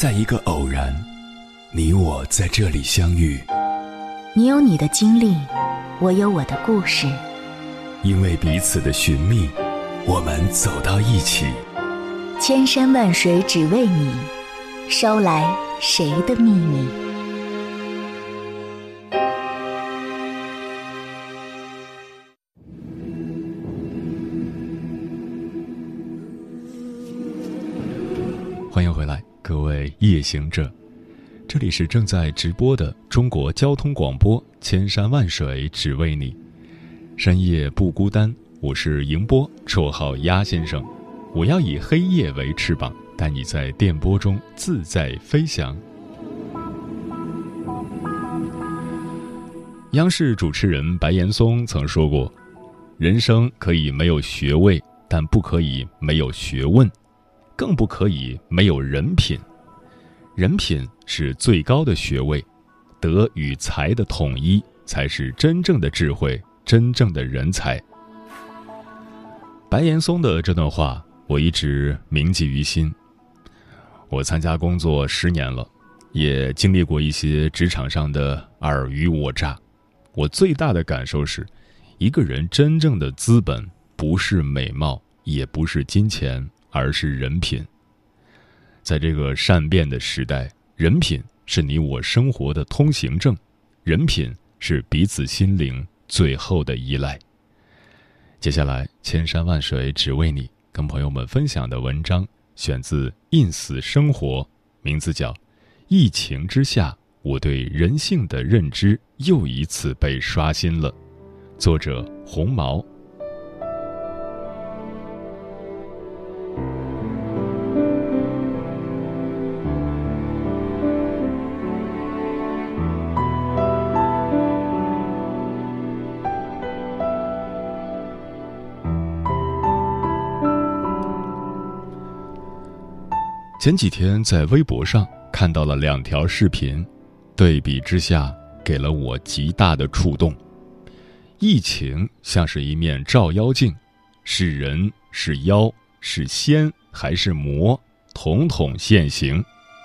在一个偶然，你我在这里相遇。 你有你的经历，我有我的故事。 因为彼此的寻觅，我们走到一起。 千山万水只为你，捎来谁的秘密？ 欢迎回来，各位夜行者，这里是正在直播的中国交通广播，千山万水只为你，深夜不孤单。我是迎波，绰号鸭先生。我要以黑夜为翅膀，带你在电波中自在飞翔。央视主持人白岩松曾说过，人生可以没有学位，但不可以没有学问，更不可以没有人品。人品是最高的学位，德与才的统一才是真正的智慧，真正的人才。白岩松的这段话我一直铭记于心。我参加工作10年了，也经历过一些职场上的尔虞我诈。我最大的感受是，一个人真正的资本不是美貌，也不是金钱，而是人品。在这个善变的时代，人品是你我生活的通行证，人品是彼此心灵最后的依赖。接下来，千山万水只为你，跟朋友们分享的文章选自 ins 生活，名字叫《疫情之下，我对人性的认知又一次被刷新了》，作者红毛。前几天在微博上看到了2条视频，对比之下给了我极大的触动。疫情像是一面照妖镜，是人是妖是仙还是魔，统统现形。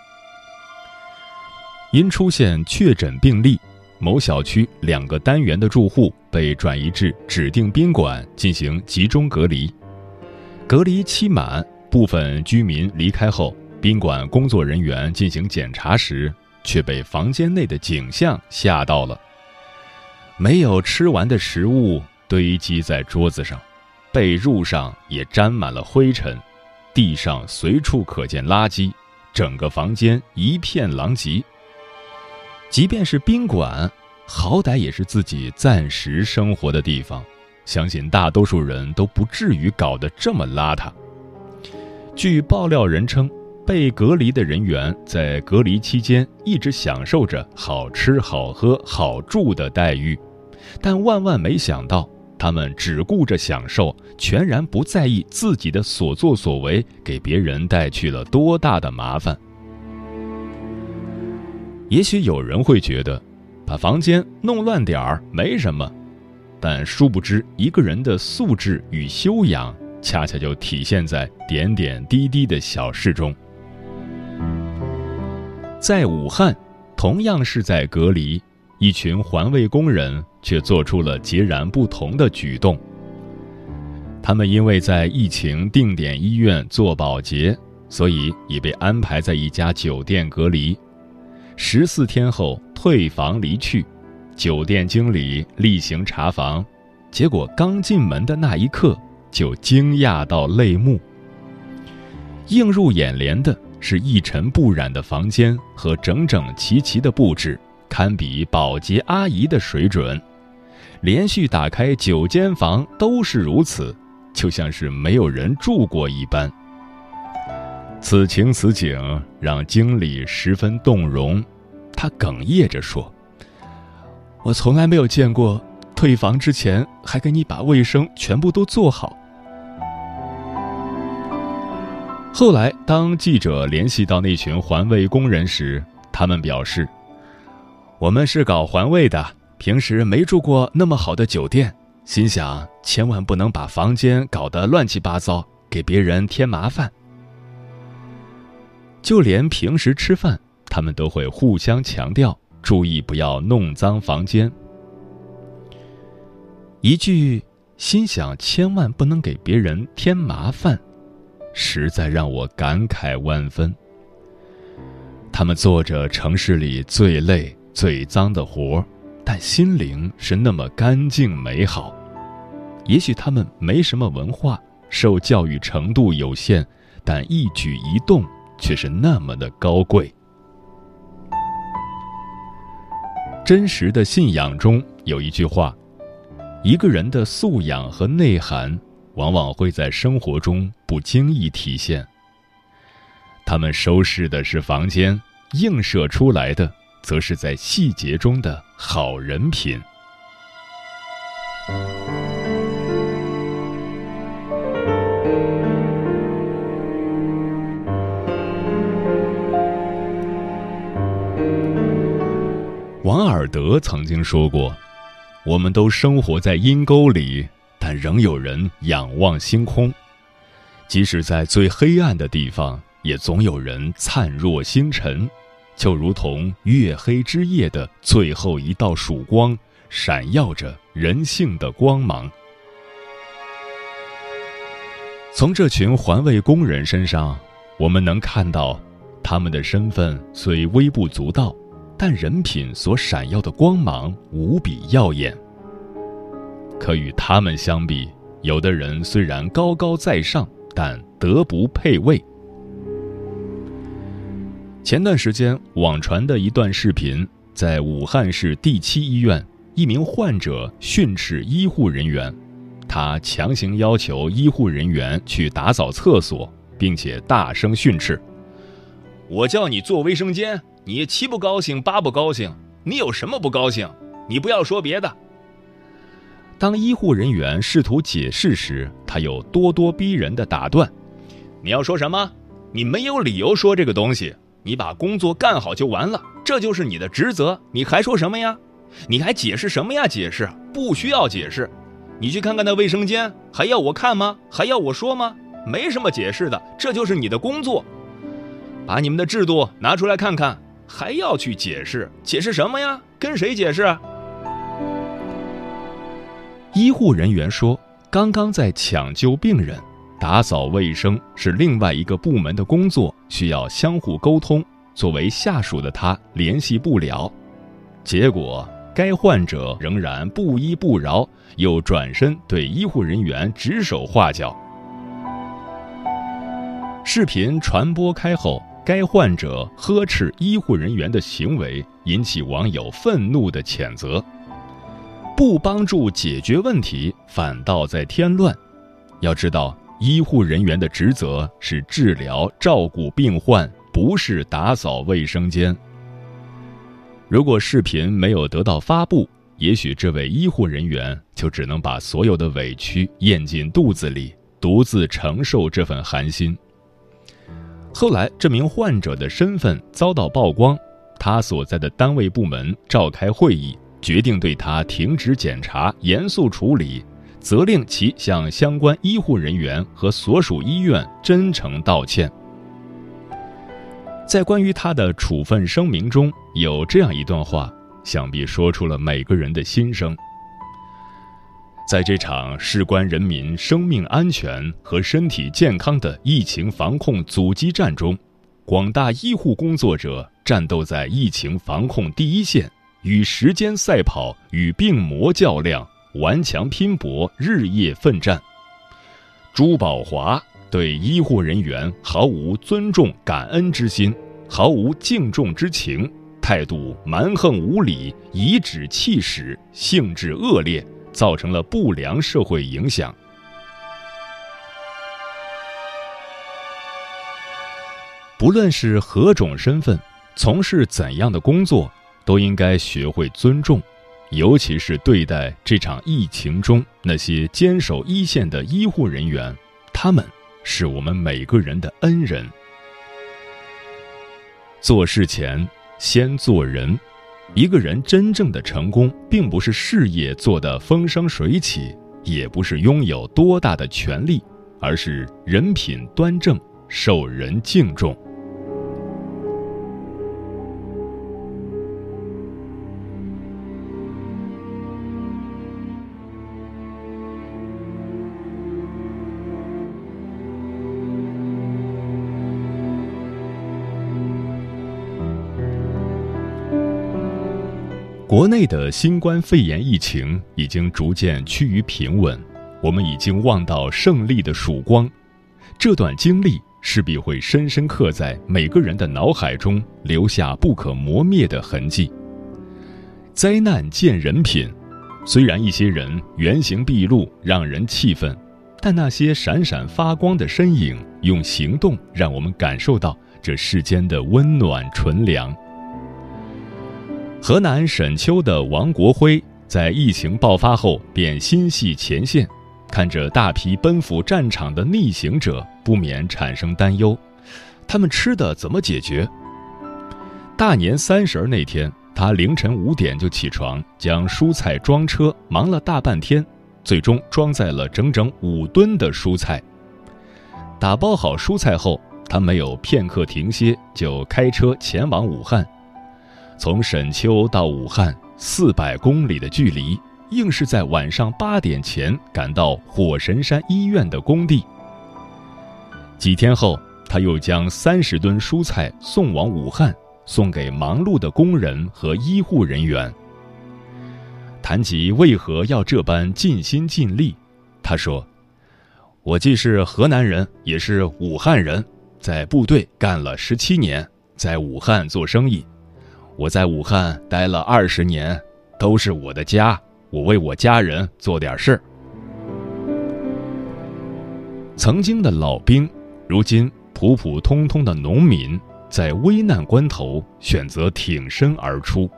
因出现确诊病例，某小区2个单元的住户被转移至指定宾馆进行集中隔离。隔离期满，部分居民离开后，宾馆工作人员进行检查时，却被房间内的景象吓到了。没有吃完的食物堆积在桌子上，被褥上也沾满了灰尘，地上随处可见垃圾，整个房间一片狼藉。即便是宾馆，好歹也是自己暂时生活的地方，相信大多数人都不至于搞得这么邋遢。据爆料人称，被隔离的人员在隔离期间一直享受着好吃好喝好住的待遇，但万万没想到，他们只顾着享受，全然不在意自己的所作所为给别人带去了多大的麻烦。也许有人会觉得，把房间弄乱点儿没什么，但殊不知，一个人的素质与修养，恰恰就体现在点点滴滴的小事中。在武汉，同样是在隔离，一群环卫工人却做出了截然不同的举动。他们因为在疫情定点医院做保洁，所以也被安排在一家酒店隔离。14天后退房离去，酒店经理例行查房，结果刚进门的那一刻就惊讶到泪目。映入眼帘的是一尘不染的房间和整整齐齐的布置，堪比保洁阿姨的水准。连续打开9间房都是如此，就像是没有人住过一般。此情此景让经理十分动容，他哽咽着说：“我从来没有见过退房之前还给你把卫生全部都做好。”后来当记者联系到那群环卫工人时，他们表示：“我们是搞环卫的，平时没住过那么好的酒店，心想千万不能把房间搞得乱七八糟，给别人添麻烦。” 就连平时吃饭，他们都会互相强调，注意不要弄脏房间。一句心想千万不能给别人添麻烦，实在让我感慨万分。他们做着城市里最累最脏的活，但心灵是那么干净美好。也许他们没什么文化，受教育程度有限，但一举一动却是那么的高贵。真实的信仰中有一句话，一个人的素养和内涵往往会在生活中不经意体现。他们收拾的是房间，映射出来的则是在细节中的好人品。王尔德曾经说过，我们都生活在阴沟里，但仍有人仰望星空。即使在最黑暗的地方，也总有人灿若星辰，就如同月黑之夜的最后一道曙光，闪耀着人性的光芒。从这群环卫工人身上，我们能看到，他们的身份虽微不足道，但人品所闪耀的光芒无比耀眼。可与他们相比，有的人虽然高高在上，但德不配位。前段时间网传的一段视频，在武汉市第7医院，一名患者训斥医护人员，他强行要求医护人员去打扫厕所，并且大声训斥：我叫你做卫生间，你7不高兴8不高兴，你有什么不高兴？你不要说别的。当医护人员试图解释时，他又咄咄逼人地打断：你要说什么？你没有理由说这个东西，你把工作干好就完了，这就是你的职责，你还说什么呀？你还解释什么呀？解释不需要解释，你去看看那卫生间，还要我看吗？还要我说吗？没什么解释的，这就是你的工作。把你们的制度拿出来看看，还要去解释？解释什么呀？跟谁解释啊？医护人员说，刚刚在抢救病人，打扫卫生是另外一个部门的工作，需要相互沟通，作为下属的他联系不了。结果该患者仍然不依不饶，又转身对医护人员指手画脚。视频传播开后，该患者呵斥医护人员的行为引起网友愤怒的谴责，不帮助解决问题，反倒在添乱。要知道，医护人员的职责是治疗照顾病患，不是打扫卫生间。如果视频没有得到发布，也许这位医护人员就只能把所有的委屈咽进肚子里，独自承受这份寒心。后来这名患者的身份遭到曝光，他所在的单位部门召开会议，决定对他停职检查，严肃处理，责令其向相关医护人员和所属医院真诚道歉。在关于他的处分声明中，有这样一段话，想必说出了每个人的心声。在这场事关人民生命安全和身体健康的疫情防控阻击战中，广大医护工作者战斗在疫情防控第一线，与时间赛跑，与病魔较量，顽强拼搏，日夜奋战。朱宝华对医护人员毫无尊重感恩之心，毫无敬重之情，态度蛮横无理，颐指气使，性质恶劣，造成了不良社会影响。不论是何种身份，从事怎样的工作，都应该学会尊重，尤其是对待这场疫情中那些坚守一线的医护人员，他们是我们每个人的恩人。做事前先做人，一个人真正的成功，并不是事业做得风生水起，也不是拥有多大的权力，而是人品端正，受人敬重。 国内的新冠肺炎疫情已经逐渐趋于平稳，我们已经望到胜利的曙光。这段经历势必会深深刻在每个人的脑海中，留下不可磨灭的痕迹。灾难见人品，虽然一些人原形毕露，让人气愤，但那些闪闪发光的身影，用行动让我们感受到这世间的温暖纯良。河南沈丘的王国辉在疫情爆发后便心系前线，看着大批奔赴战场的逆行者，不免产生担忧，他们吃的怎么解决？大年30那天，他凌晨5点就起床，将蔬菜装车，忙了大半天，最终装载了整整5吨的蔬菜。打包好蔬菜后，他没有片刻停歇，就开车前往武汉。从沈丘到武汉400公里的距离，硬是在晚上8点前赶到火神山医院的工地。几天后，他又将30吨蔬菜送往武汉，送给忙碌的工人和医护人员。谈及为何要这般尽心尽力，他说：“我既是河南人，也是武汉人，在部队干了17年，在武汉做生意。我在武汉待了20年，都是我的家，我为我家人做点事儿。”曾经的老兵，如今普普通通的农民，在危难关头选择挺身而出。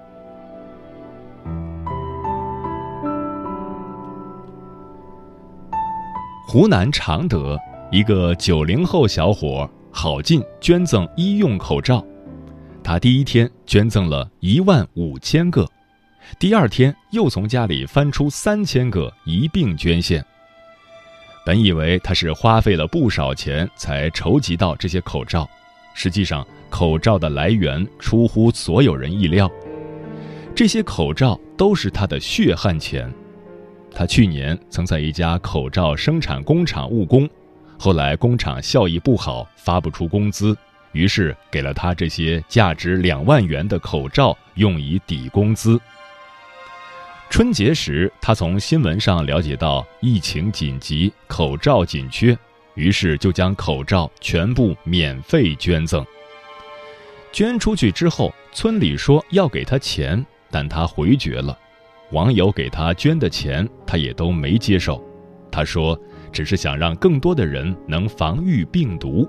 湖南常德一个90后小伙郝进捐赠医用口罩，他第一天捐赠了15000个，第二天又从家里翻出3000个一并捐献。本以为他是花费了不少钱才筹集到这些口罩，实际上口罩的来源出乎所有人意料，这些口罩都是他的血汗钱。他去年曾在一家口罩生产工厂务工，后来工厂效益不好，发不出工资，于是给了他这些价值2万元的口罩，用以抵工资。春节时，他从新闻上了解到疫情紧急，口罩紧缺，于是就将口罩全部免费捐赠。捐出去之后，村里说要给他钱，但他回绝了。网友给他捐的钱，他也都没接受。他说，只是想让更多的人能防御病毒。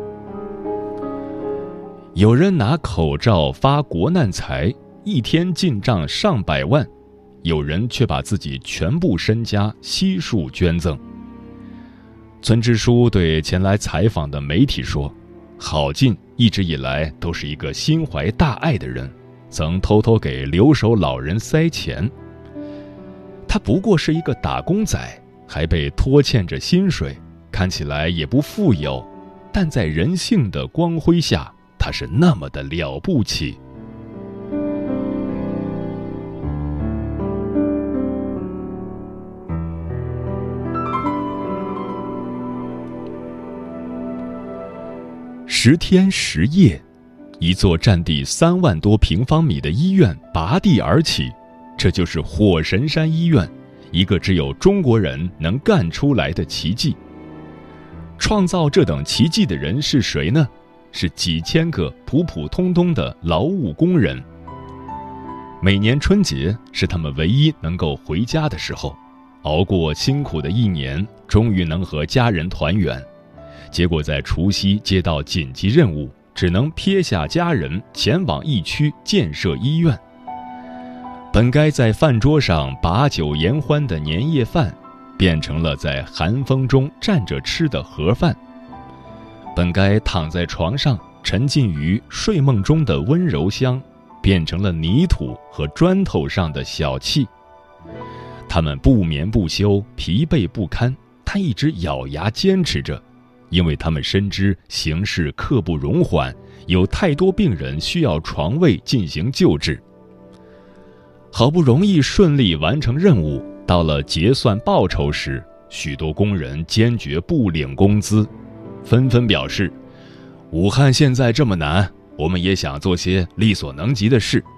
有人拿口罩发国难财，一天进账上百万，有人却把自己全部身家悉数捐赠。村支书对前来采访的媒体说，郝进一直以来都是一个心怀大爱的人，曾偷偷给留守老人塞钱。他不过是一个打工仔，还被拖欠着薪水，看起来也不富有，但在人性的光辉下，他是那么的了不起。10天10夜，一座占地3万多平方米的医院拔地而起，这就是火神山医院，一个只有中国人能干出来的奇迹。创造这等奇迹的人是谁呢？是几千个普普通通的劳务工人。每年春节是他们唯一能够回家的时候，熬过辛苦的一年，终于能和家人团圆。结果在除夕接到紧急任务，只能撇下家人前往疫区建设医院。本该在饭桌上把酒言欢的年夜饭，变成了在寒风中站着吃的盒饭。本该躺在床上沉浸于睡梦中的温柔乡，变成了泥土和砖头上的小憩。他们不眠不休，疲惫不堪，但一直咬牙坚持着，因为他们深知形势刻不容缓，有太多病人需要床位进行救治。好不容易顺利完成任务，到了结算报酬时，许多工人坚决不领工资，纷纷表示，武汉现在这么难，我们也想做些力所能及的事，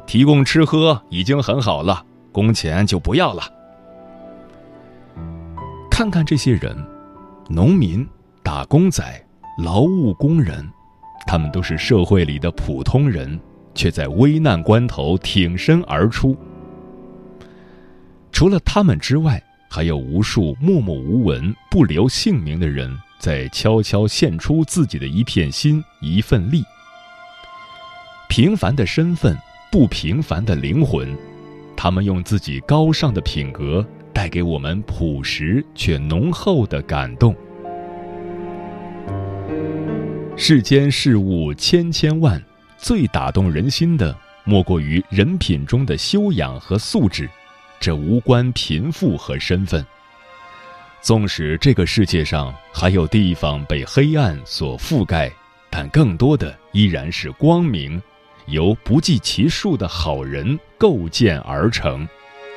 提供吃喝已经很好了，工钱就不要了。看看这些人，农民、打工仔、劳务工人，他们都是社会里的普通人，却在危难关头挺身而出。除了他们之外，还有无数默默无闻、不留姓名的人，在悄悄献出自己的一片心、一份力。平凡的身份，不平凡的灵魂，他们用自己高尚的品格，带给我们朴实却浓厚的感动。世间事物千千万，最打动人心的，莫过于人品中的修养和素质。这无关贫富和身份。纵使这个世界上还有地方被黑暗所覆盖，但更多的依然是光明，由不计其数的好人构建而成。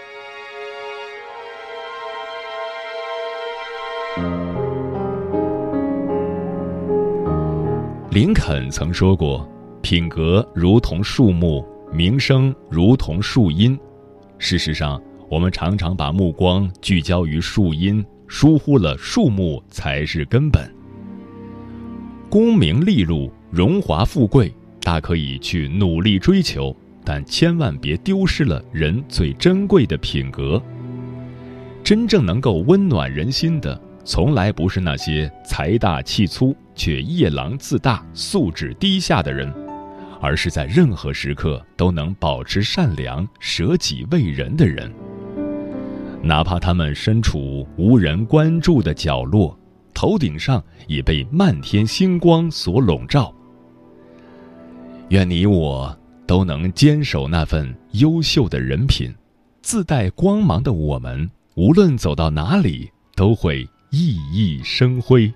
林肯曾说过，品格如同树木，名声如同树荫。事实上，我们常常把目光聚焦于树荫，疏忽了树木才是根本。功名利禄、荣华富贵，大可以去努力追求，但千万别丢失了人最珍贵的品格。真正能够温暖人心的，从来不是那些财大气粗却夜郎自大、素质低下的人，而是在任何时刻都能保持善良、舍己为人的人。哪怕他们身处无人关注的角落，头顶上也被漫天星光所笼罩。愿你我都能坚守那份优秀的人品，自带光芒的我们，无论走到哪里，都会熠熠生辉。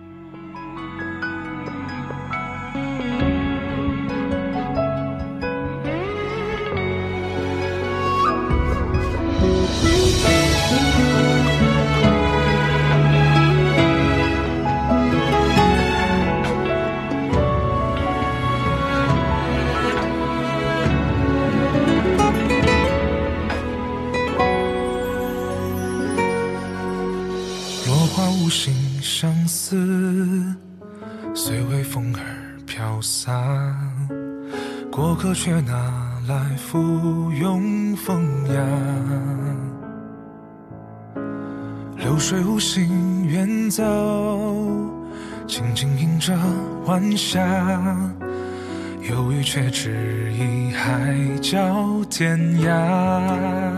无心相思，随微风儿飘散，过客却拿来附庸风雅。流水无心远走，轻轻迎着晚霞，忧郁却只以海角天涯。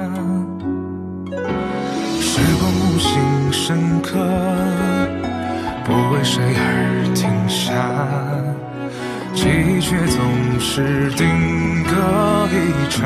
时光无形深刻，不为谁而停下，记忆却总是定格一场。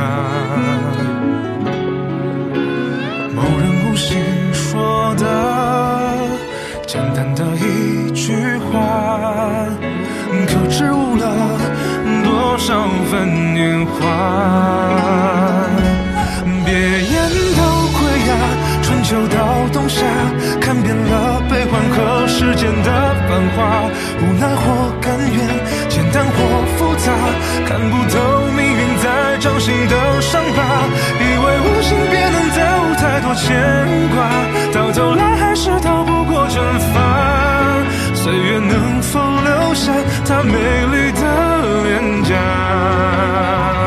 某人无心说的简单的一句话，可支吾了多少份年华。别言到归呀，春秋到冬夏，看遍了悲欢和世间的繁华，无奈或甘愿，简单或复杂，看不透命运在掌心的伤疤，以为无心别能走太多牵挂，到头来还是逃不过惩罚。岁月能否留下它美丽的脸颊？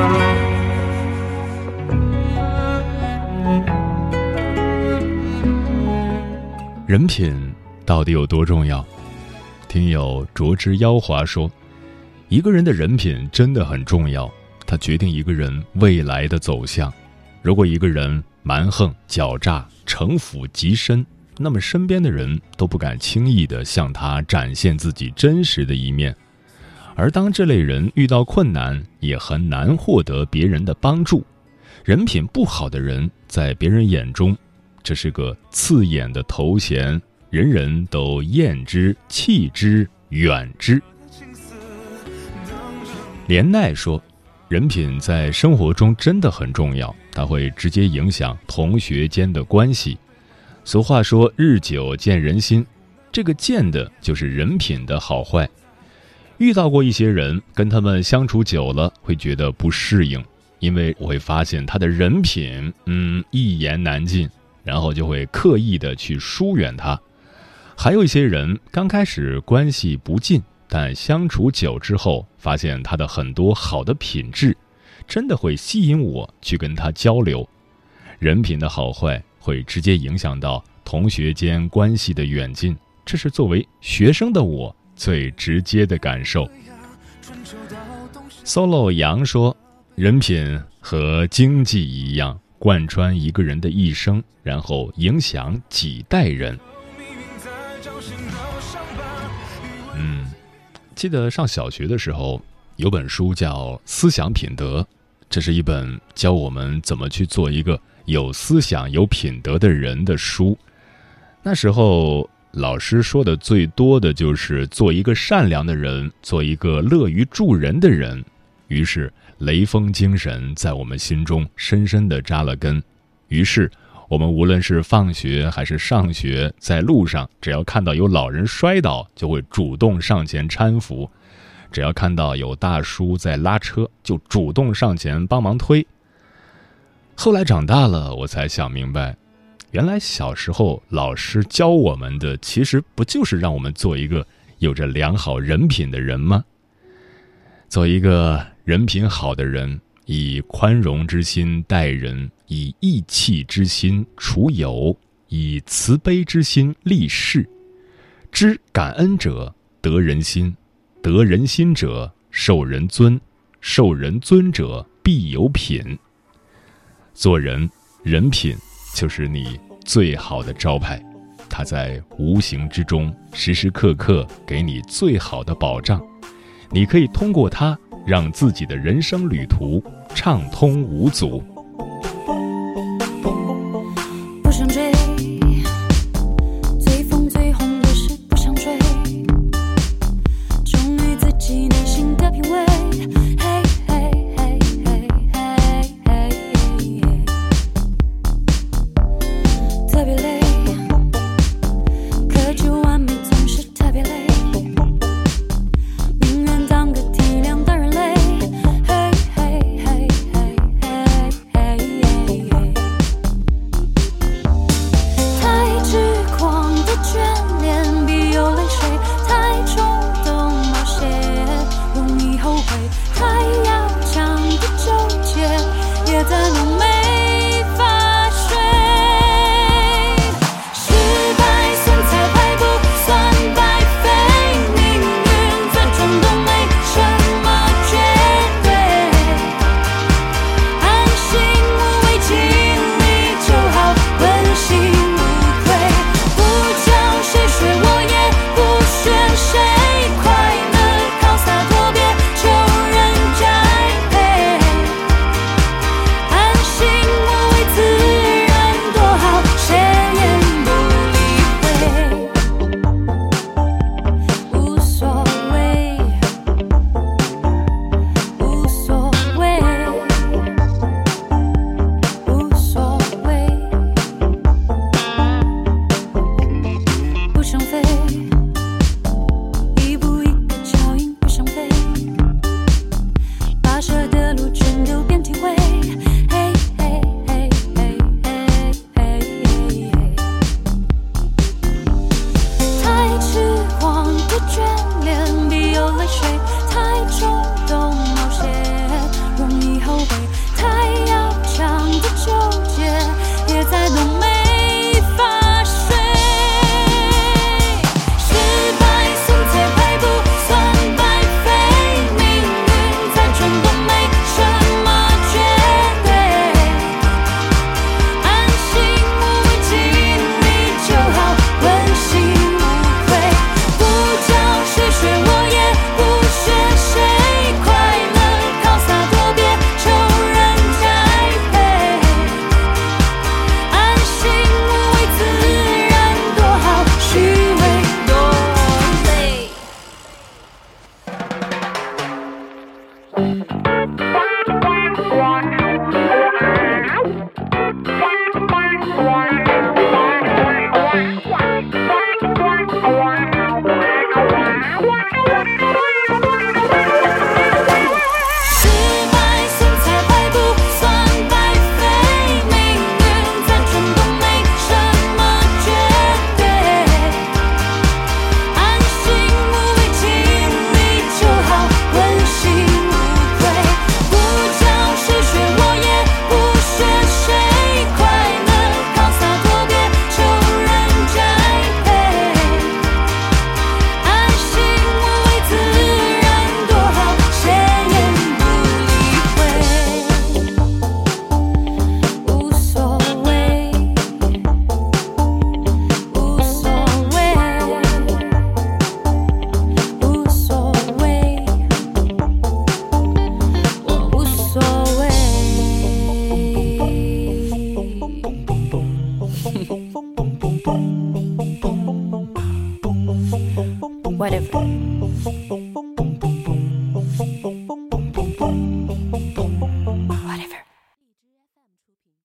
人品到底有多重要？听友卓之妖华说，一个人的人品真的很重要，它决定一个人未来的走向。如果一个人蛮横、狡诈、城府极深，那么身边的人都不敢轻易地向他展现自己真实的一面。而当这类人遇到困难，也很难获得别人的帮助。人品不好的人，在别人眼中，这是个刺眼的头衔，人人都厌之、弃之、远之。连奈说，人品在生活中真的很重要，它会直接影响同学间的关系。俗话说，日久见人心，这个见的就是人品的好坏。遇到过一些人，跟他们相处久了，会觉得不适应， 因为我会发现他的人品一言难尽，然后就会刻意的去疏远他。还有一些人刚开始关系不近，但相处久之后，发现他的很多好的品质，真的会吸引我去跟他交流。人品的好坏会直接影响到同学间关系的远近，这是作为学生的我最直接的感受。Solo 杨说，人品和经济一样，贯穿一个人的一生，然后影响几代人。记得上小学的时候，有本书叫《思想品德》，这是一本教我们怎么去做一个有思想、有品德的人的书。那时候老师说的最多的就是做一个善良的人，做一个乐于助人的人。于是雷锋精神在我们心中深深地扎了根。于是我们无论是放学还是上学，在路上只要看到有老人摔倒，就会主动上前搀扶；只要看到有大叔在拉车，就主动上前帮忙推。后来长大了，我才想明白，原来小时候老师教我们的，其实不就是让我们做一个有着良好人品的人吗？做一个人品好的人，以宽容之心待人，以义气之心处友，以慈悲之心立事。知感恩者得人心，得人心者受人尊，受人尊者必有品。做人，人品就是你最好的招牌，它在无形之中时时刻刻给你最好的保障。你可以通过它让自己的人生旅途畅通无阻。 不想追，最疯最红的事不想追，忠于自己内心的品味。嘿嘿嘿嘿嘿嘿，特别累，苛求完美总是特别累。宁愿当个体谅的人类。嘿嘿嘿嘿嘿。 whatever。